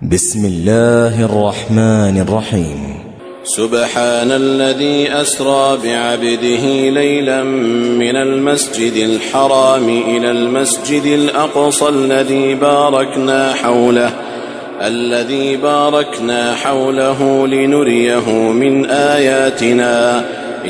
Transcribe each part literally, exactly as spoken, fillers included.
بسم الله الرحمن الرحيم. سبحان الذي أسرى بعبده ليلا من المسجد الحرام إلى المسجد الأقصى الذي باركنا حوله الذي باركنا حوله لنريه من آياتنا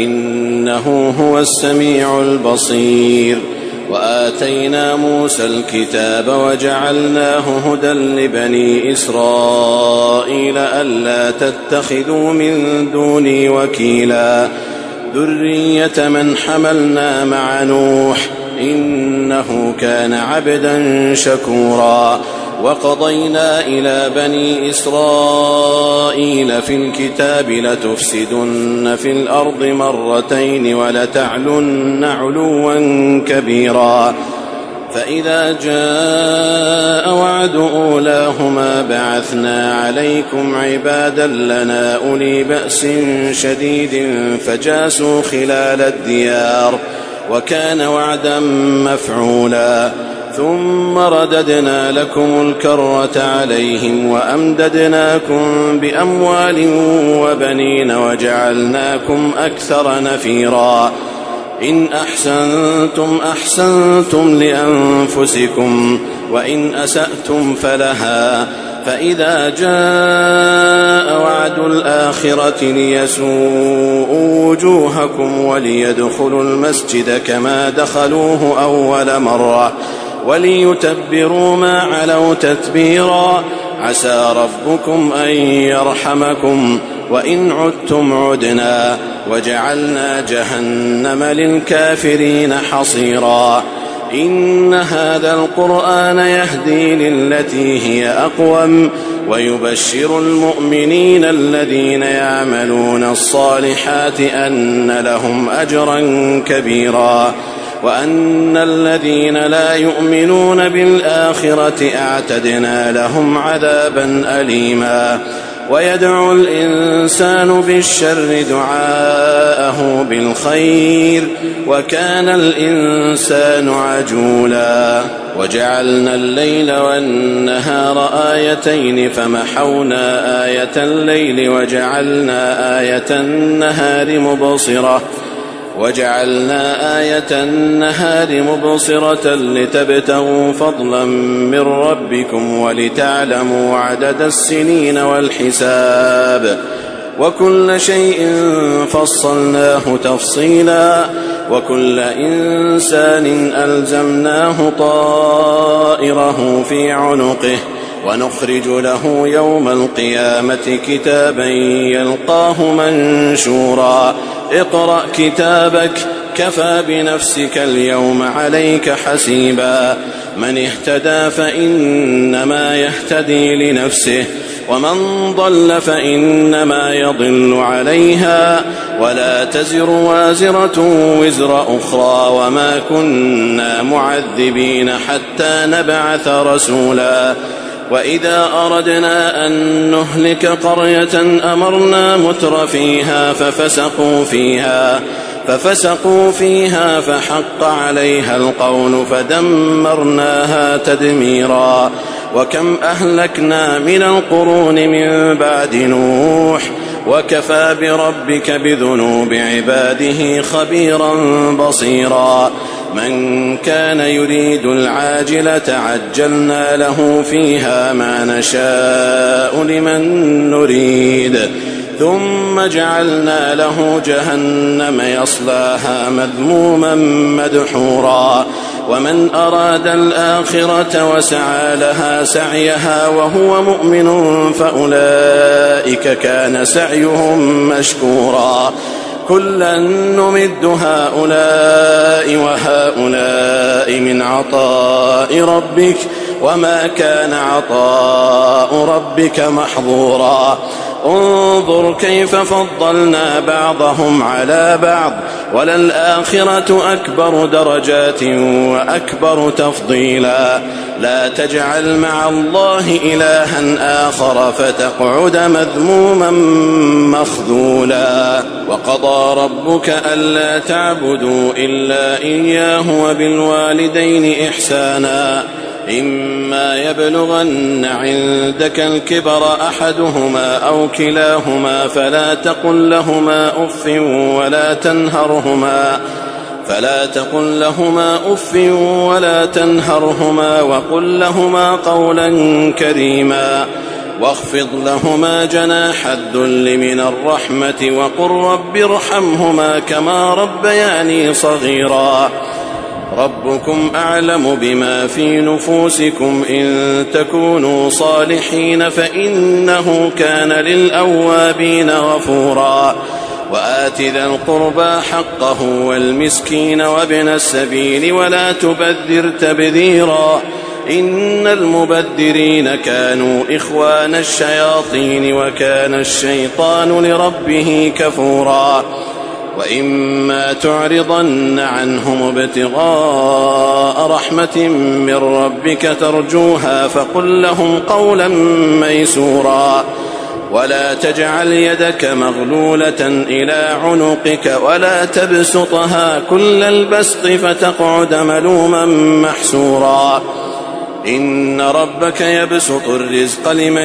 إنه هو السميع البصير. وآتينا موسى الكتاب وجعلناه هدى لبني إسرائيل ألا تتخذوا من دوني وكيلا ذرية من حملنا مع نوح إنه كان عبدا شكورا. وقضينا إلى بني إسرائيل في الكتاب لتفسدن في الأرض مرتين ولتعلن علوا كبيرا. فإذا جاء وعد أولاهما بعثنا عليكم عبادا لنا أولي بأس شديد فجاسوا خلال الديار وكان وعدا مفعولا. ثم رددنا لكم الكرة عليهم وأمددناكم بأموال وبنين وجعلناكم أكثر نفيرا. إن أحسنتم أحسنتم لأنفسكم وإن أسأتم فلها. فإذا جاء وعد الآخرة ليسوءوا وجوهكم وليدخلوا المسجد كما دخلوه أول مرة وليتبروا ما علوا تتبيرا. عسى ربكم أن يرحمكم وإن عدتم عدنا وجعلنا جهنم للكافرين حصيرا. إن هذا القرآن يهدي للتي هي أقوم ويبشر المؤمنين الذين يعملون الصالحات أن لهم أجرا كبيرا وأن الذين لا يؤمنون بالآخرة أعتدنا لهم عذابا أليما. ويدعو الإنسان بالشر دعاءه بالخير وكان الإنسان عجولا. وجعلنا الليل والنهار آيتين فمحونا آية الليل وجعلنا آية النهار مبصرة وجعلنا آية النهار مبصرة لتبتغوا فضلا من ربكم ولتعلموا عدد السنين والحساب وكل شيء فصلناه تفصيلا. وكل إنسان ألزمناه طائره في عنقه ونخرج له يوم القيامة كتابا يلقاه منشورا. اقرأ كتابك كفى بنفسك اليوم عليك حسيبا. من اهتدى فإنما يهتدي لنفسه ومن ضل فإنما يضل عليها ولا تزر وازرة وزر أخرى وما كنا معذبين حتى نبعث رسولا. وإذا أردنا أن نهلك قرية أمرنا متر فيها ففسقوا فيها ففسقوا فيها فحق عليها القول فدمرناها تدميرا. وكم أهلكنا من القرون من بعد نوح وكفى بربك بذنوب عباده خبيرا بصيرا. من كان يريد العاجلة عجلنا له فيها ما نشاء لمن نريد ثم جعلنا له جهنم يصلاها مذموما مدحورا. ومن أراد الآخرة وسعى لها سعيها وهو مؤمن فأولئك كان سعيهم مشكورا. كلا نمد هؤلاء وهؤلاء من عطاء ربك وما كان عطاء ربك محظورا. انظر كيف فضلنا بعضهم على بعض وللآخرة أكبر درجات وأكبر تفضيلا. لا تجعل مع الله إلها آخر فتقعد مذموما مخذولا. وقضى ربك ألا تعبدوا إلا إياه وبالوالدين إحسانا إما يبلغن عندك الكبر أحدهما أو كلاهما فلا تقل لهما أف ولا تنهرهما فلا تقل لهما أف ولا تنهرهما وقل لهما قولا كريما واخفض لهما جناح الذل من الرحمة وقل رب ارحمهما كما ربياني صغيرا ربكم أعلم بما في نفوسكم إن تكونوا صالحين فإنه كان للأوابين غفورا وآت ذا القربى حقه والمسكين وابن السبيل ولا تبذر تبذيرا إن المبذرين كانوا إخوان الشياطين وكان الشيطان لربه كفورا وإما تعرضن عنهم ابتغاء رحمة من ربك ترجوها فقل لهم قولا ميسورا ولا تجعل يدك مغلولة إلى عنقك ولا تبسطها كل البسط فتقعد ملوما محسورا إن ربك يبسط الرزق لمن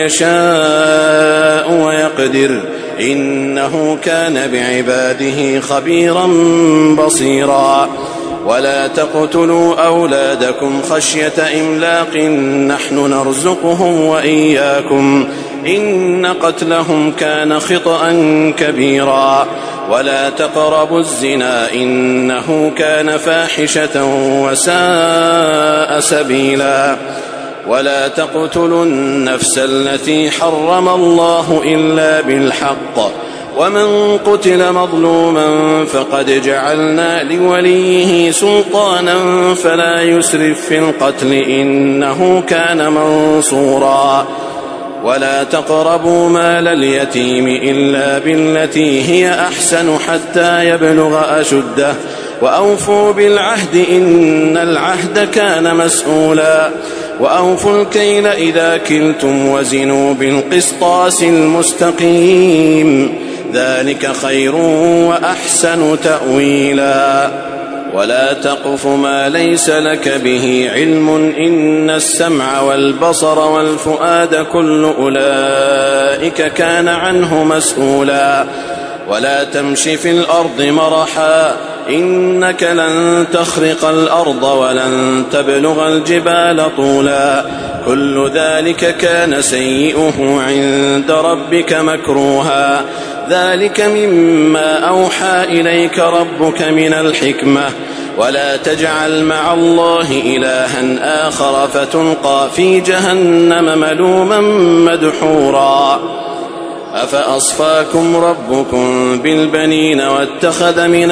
يشاء ويقدر إنه كان بعباده خبيرا بصيرا ولا تقتلوا أولادكم خشية إملاق نحن نرزقهم وإياكم إن قتلهم كان خطأ كبيرا ولا تقربوا الزنا إنه كان فاحشة وساء سبيلا ولا تقتلوا النفس التي حرم الله إلا بالحق ومن قتل مظلوما فقد جعلنا لوليه سلطانا فلا يسرف في القتل إنه كان منصورا ولا تقربوا مال اليتيم إلا بالتي هي أحسن حتى يبلغ أشده وأوفوا بالعهد إن العهد كان مسؤولا وأوفوا الكيل إذا كلتم وزنوا بالقسطاس المستقيم ذلك خير وأحسن تأويلا ولا تقف ما ليس لك به علم إن السمع والبصر والفؤاد كل أولئك كان عنه مسؤولا ولا تمش في الأرض مرحا إنك لن تخرق الأرض ولن تبلغ الجبال طولا كل ذلك كان سيئه عند ربك مكروها ذلك مما أوحى إليك ربك من الحكمة ولا تجعل مع الله إلها آخر فتلقى في جهنم ملوما مدحورا أفأصفاكم ربكم بالبنين واتخذ من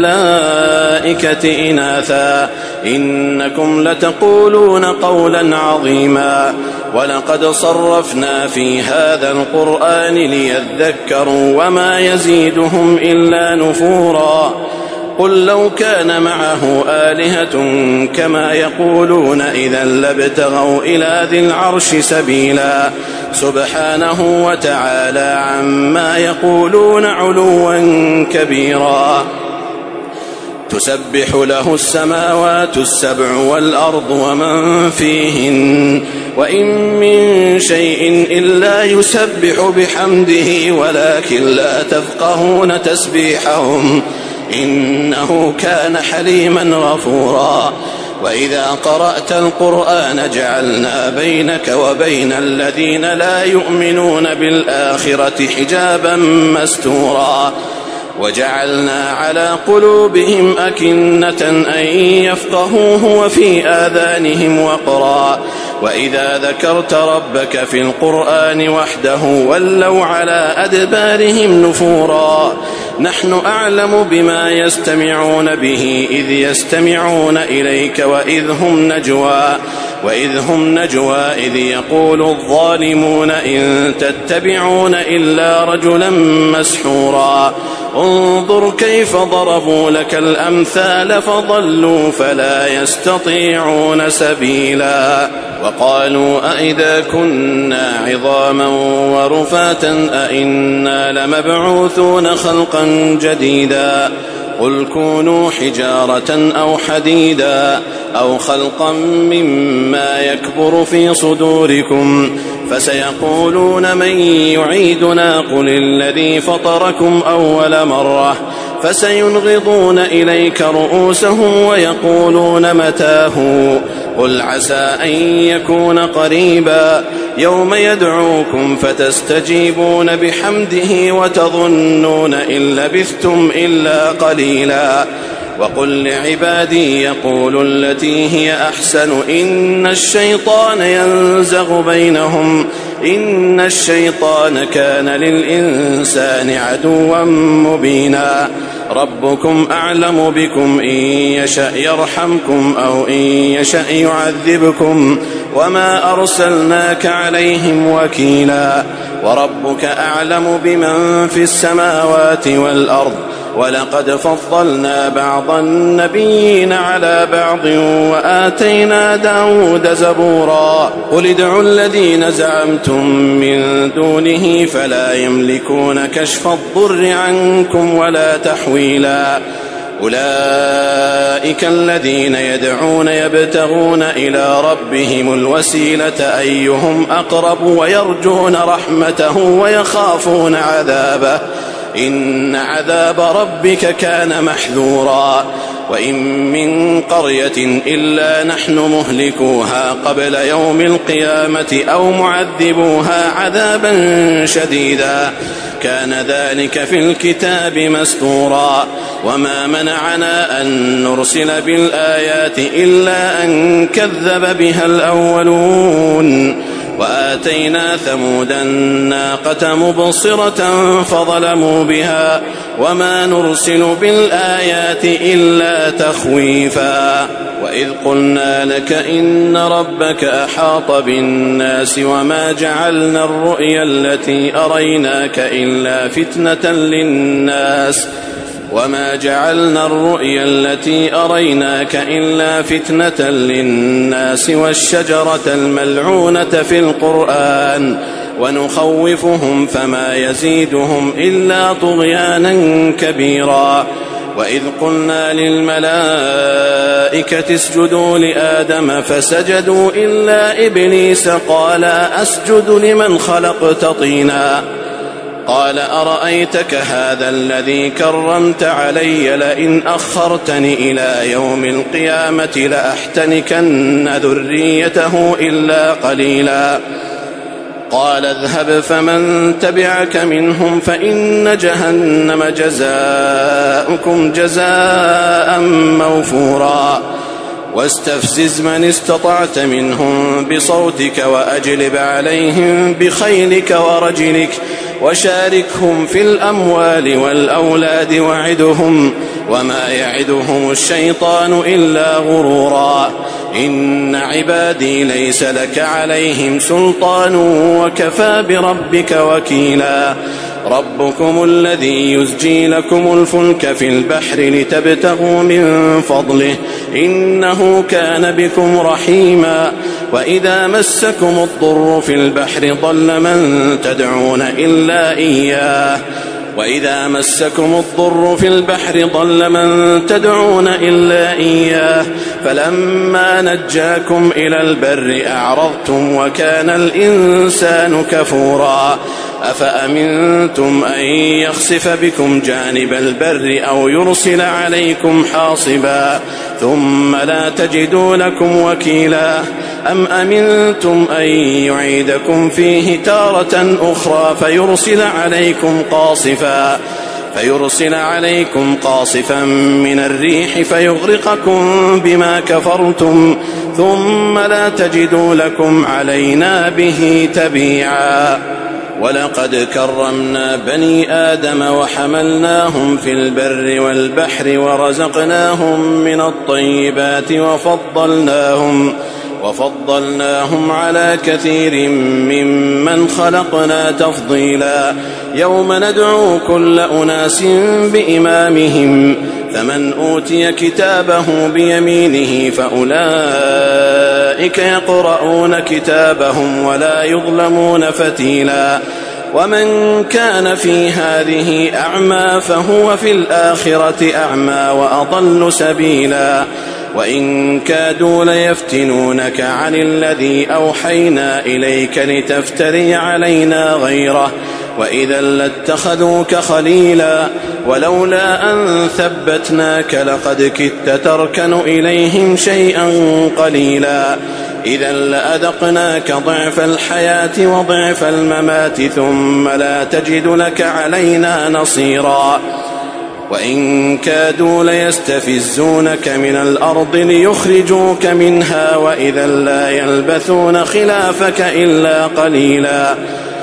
الملائكة إناثا إنكم لتقولون قولا عظيما ولقد صرفنا في هذا القرآن ليذكروا وما يزيدهم إلا نفورا قل لو كان معه آلهة كما يقولون إذا لابتغوا إلى ذي العرش سبيلا سبحانه وتعالى عما يقولون علوا كبيرا تسبح له السماوات السبع والأرض ومن فيهن وإن من شيء إلا يسبح بحمده ولكن لا تفقهون تسبيحهم إنه كان حليما غفورا وإذا قرأت القرآن جعلنا بينك وبين الذين لا يؤمنون بالآخرة حجابا مستورا وجعلنا على قلوبهم أكنة أن يفقهوه وفي آذانهم وقرا وإذا ذكرت ربك في القرآن وحده ولوا على أدبارهم نفورا نحن أعلم بما يستمعون به إذ يستمعون إليك وإذ هم نجوى وإذ هم نجوى إذ يقول الظالمون إن تتبعون إلا رجلا مسحورا انظر كيف ضربوا لك الأمثال فضلوا فلا يستطيعون سبيلا وقالوا أئذا كنا عظاما ورفاتا أئنا لمبعوثون خلقا جديدا قل كونوا حجارة أو حديدا أو خلقا مما يكبر في صدوركم فسيقولون من يعيدنا قل الذي فطركم أول مرة فسينغضون إليك رؤوسهم ويقولون متاه قل عسى أن يكون قريبا يوم يدعوكم فتستجيبون بحمده وتظنون إن لبثتم إلا قليلا وقل لعبادي يقولوا التي هي أحسن إن الشيطان ينزغ بينهم إن الشيطان كان للإنسان عدوا مبينا ربكم أعلم بكم إن يشأ يرحمكم أو إن يشأ يعذبكم وما أرسلناك عليهم وكيلا وربك أعلم بمن في السماوات والأرض ولقد فضلنا بعض النبيين على بعض وآتينا داود زبورا قل ادعوا الذين زعمتم من دونه فلا يملكون كشف الضر عنكم ولا تحويلا أولئك الذين يدعون يبتغون إلى ربهم الوسيلة أيهم أقرب ويرجون رحمته ويخافون عذابه إن عذاب ربك كان محذورا وإن من قرية إلا نحن مهلكوها قبل يوم القيامة أو معذبوها عذابا شديدا كان ذلك في الكتاب مسطورا وما منعنا أن نرسل بالآيات إلا أن كذب بها الأولون وآتينا ثمود الناقة مبصرة فظلموا بها وما نرسل بالآيات إلا تخويفا وإذ قلنا لك إن ربك أحاط بالناس وما جعلنا الرؤيا التي أريناك إلا فتنة للناس وما جعلنا الرؤيا التي أريناك إلا فتنة للناس والشجرة الملعونة في القرآن ونخوفهم فما يزيدهم إلا طغيانا كبيرا وإذ قلنا للملائكة اسجدوا لآدم فسجدوا إلا إبليس قال أسجد لمن خلقت طينا قال أرأيتك هذا الذي كرمت علي لئن أخرتني إلى يوم القيامة لأحتنكن ذريته إلا قليلا قال اذهب فمن تبعك منهم فإن جهنم جزاؤكم جزاء موفورا واستفزز من استطعت منهم بصوتك وأجلب عليهم بخيلك ورجلك وشاركهم في الأموال والأولاد وعدهم وما يعدهم الشيطان إلا غرورا إن عبادي ليس لك عليهم سلطان وكفى بربك وكيلا ربكم الذي يزجي لكم الفلك في البحر لتبتغوا من فضله إنه كان بكم رحيما وإذا مسكم الضر في البحر ضل من تدعون إلا إياه وإذا مسكم الضر في البحر ضل من تدعون إلا إياه فلما نجاكم إلى البر أعرضتم وكان الإنسان كفورا أفأمنتم أن يخسف بكم جانب البر أو يرسل عليكم حاصبا ثم لا تجدوا لكم وكيلا أم أمنتم أن يعيدكم فيه تارة أخرى فيرسل عليكم قاصفا فيرسل عليكم قاصفا من الريح فيغرقكم بما كفرتم ثم لا تجدوا لكم علينا به تبيعا ولقد كرمنا بني آدم وحملناهم في البر والبحر ورزقناهم من الطيبات وفضلناهم وفضلناهم على كثير ممن خلقنا تفضيلا يوم ندعو كل أناس بإمامهم فمن أوتي كتابه بيمينه فأولئك يقرؤون كتابهم ولا يظلمون فتيلا ومن كان في هذه أعمى فهو في الآخرة أعمى وأضل سبيلا وإن كادوا ليفتنونك عن الذي أوحينا إليك لتفتري علينا غيره وإذا لاتخذوك خليلا ولولا أن ثبتناك لقد كدت تركن إليهم شيئا قليلا إذا لأذقناك ضعف الحياة وضعف الممات ثم لا تجد لك علينا نصيرا وإن كادوا ليستفزونك من الأرض ليخرجوك منها وإذا لا يلبثون خلافك إلا قليلا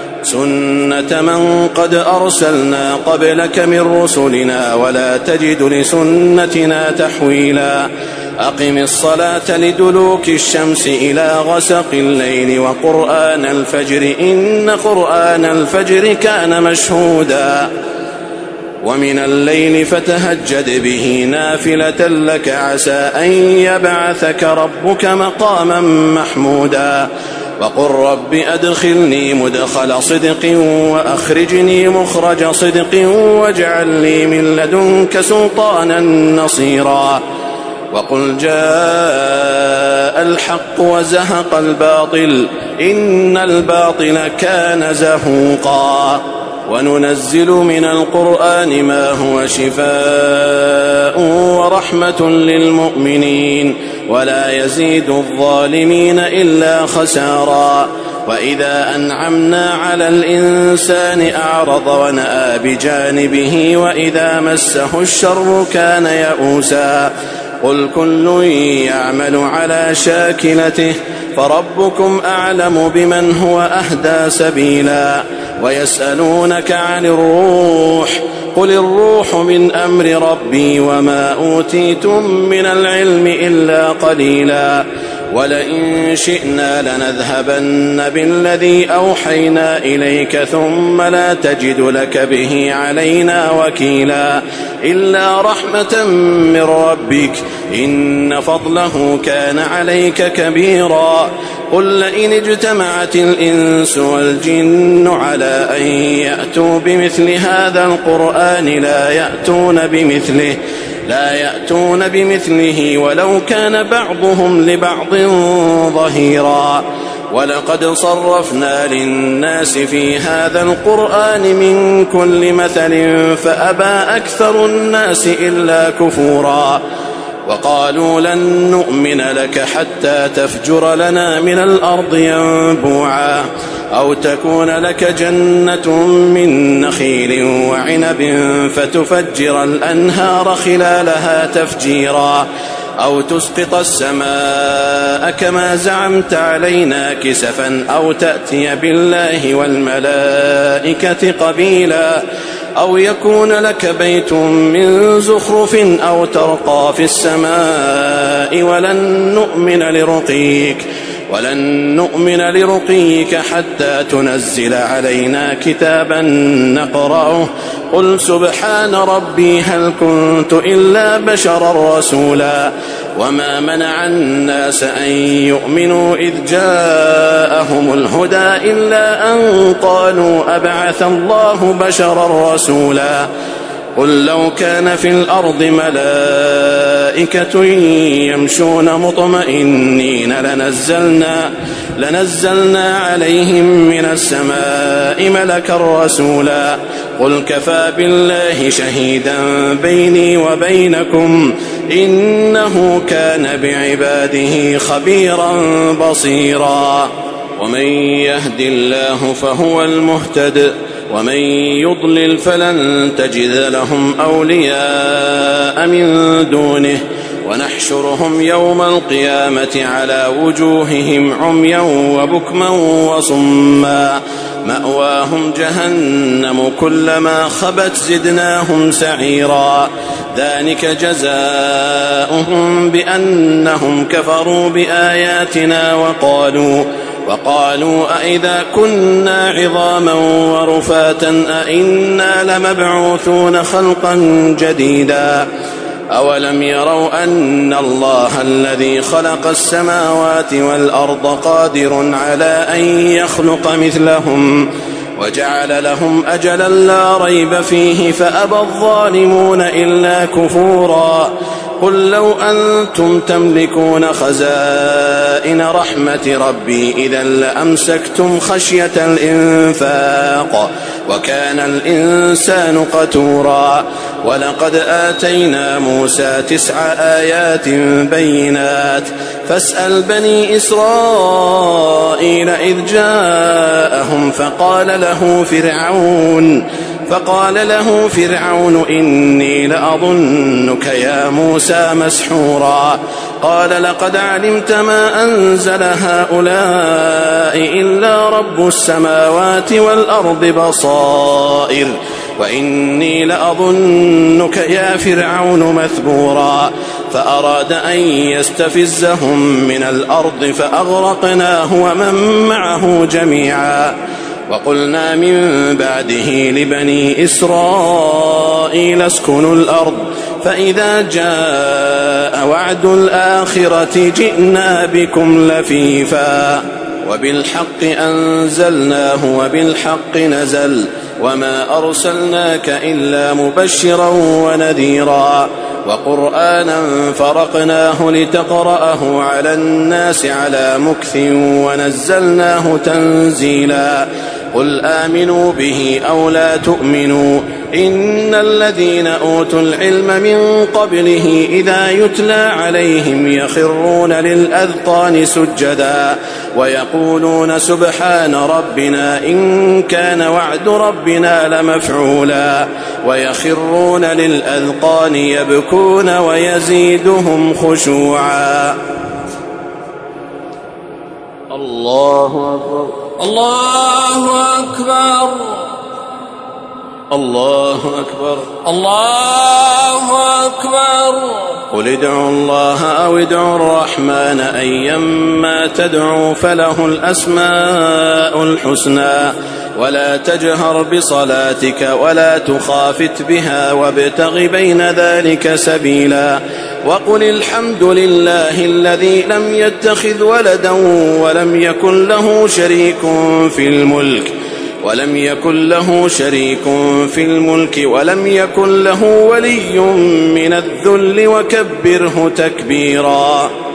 سنة من قد أرسلنا قبلك من رسلنا ولا تجد لسنتنا تحويلا أقم الصلاة لدلوك الشمس إلى غسق الليل وقرآن الفجر إن قرآن الفجر كان مشهودا ومن الليل فتهجد به نافلة لك عسى أن يبعثك ربك مقاما محمودا وقل رب أدخلني مدخل صدق وأخرجني مخرج صدق واجعل لي من لدنك سلطانا نصيرا وقل جاء الحق وزهق الباطل إن الباطل كان زهوقا وننزل من القرآن ما هو شفاء ورحمة للمؤمنين ولا يزيد الظالمين إلا خسارا وإذا أنعمنا على الإنسان أعرض ونأى بجانبه وإذا مسه الشر كان يئوسا قل كل يعمل على شاكلته فربكم أعلم بمن هو أهدى سبيلا ويسألونك عن الروح قل الروح من أمر ربي وما أوتيتم من العلم إلا قليلا ولئن شئنا لنذهبن بالذي أوحينا إليك ثم لا تجد لك به علينا وكيلا إلا رحمة من ربك إن فضله كان عليك كبيرا قل لئن اجتمعت الإنس والجن على أن يأتوا بمثل هذا القرآن لا يأتون بمثله لا يأتون بمثله ولو كان بعضهم لبعض ظهيرا ولقد صرفنا للناس في هذا القرآن من كل مثل فأبى أكثر الناس إلا كفورا وقالوا لن نؤمن لك حتى تفجر لنا من الأرض ينبوعا أو تكون لك جنة من نخيل وعنب فتفجر الأنهار خلالها تفجيرا أو تسقط السماء كما زعمت علينا كسفا أو تأتي بالله والملائكة قبيلا أو يكون لك بيت من زخرف أو ترقى في السماء ولن نؤمن لرقيك ولن نؤمن لرقيك حتى تنزل علينا كتابا نقرأه قل سبحان ربي هل كنت إلا بشرا رسولا وما منع الناس أن يؤمنوا إذ جاءهم الهدى إلا أن قالوا أبعث الله بشرا رسولا قل لو كان في الأرض ملائكة يمشون مطمئنين لنزلنا, لنزلنا عليهم من السماء ملكا رسولا قل كفى بالله شهيدا بيني وبينكم إنه كان بعباده خبيرا بصيرا ومن يهد الله فهو المهتد ومن يضلل فلن تجد لهم أولياء من دونه ونحشرهم يوم القيامة على وجوههم عميا وبكما وصما مأواهم جهنم كلما خبت زدناهم سعيرا ذلك جزاؤهم بأنهم كفروا بآياتنا وقالوا وقالوا أئذا كنا عظاما ورفاتا أئنا لمبعوثون خلقا جديدا أولم يروا أن الله الذي خلق السماوات والأرض قادر على أن يخلق مثلهم وجعل لهم أجلا لا ريب فيه فأبى الظالمون إلا كفورا قل لو أنتم تملكون خزائن رحمة ربي إذا لأمسكتم خشية الإنفاق وكان الإنسان قتورا ولقد آتينا موسى تسع آيات بينات فاسأل بني إسرائيل إذ جاءهم فقال له فرعون فقال له فرعون إني لأظنك يا موسى مسحورا قال لقد علمت ما أنزل هؤلاء إلا رب السماوات والأرض بصائر وإني لأظنك يا فرعون مثبورا فأراد أن يستفزهم من الأرض فأغرقناه ومن معه جميعا وقلنا من بعده لبني إسرائيل اسكنوا الأرض فإذا جاء وعد الآخرة جئنا بكم لفيفا وبالحق أنزلناه وبالحق نزل وما أرسلناك إلا مبشرا ونذيرا وقرآنا فرقناه لتقرأه على الناس على مكث ونزلناه تنزيلا قل آمنوا به أو لا تؤمنوا إن الذين أوتوا العلم من قبله إذا يتلى عليهم يخرون للأذقان سجدا ويقولون سبحان ربنا إن كان وعد ربنا لمفعولا ويخرون للأذقان يبكون ويزيدهم خشوعا. الله أكبر الله أكبر الله أكبر الله أكبر. قل ادعوا الله أو ادعوا الرحمن أيما تدعوا فله الأسماء الحسنى ولا تجهر بصلاتك ولا تخافت بها وابتغ بين ذلك سبيلا وقل الحمد لله الذي لم يتخذ ولدا ولم يكن له شريك في الملك ولم يكن له شريك في الملك ولم يكن له ولي من الذل وكبره تكبيرا.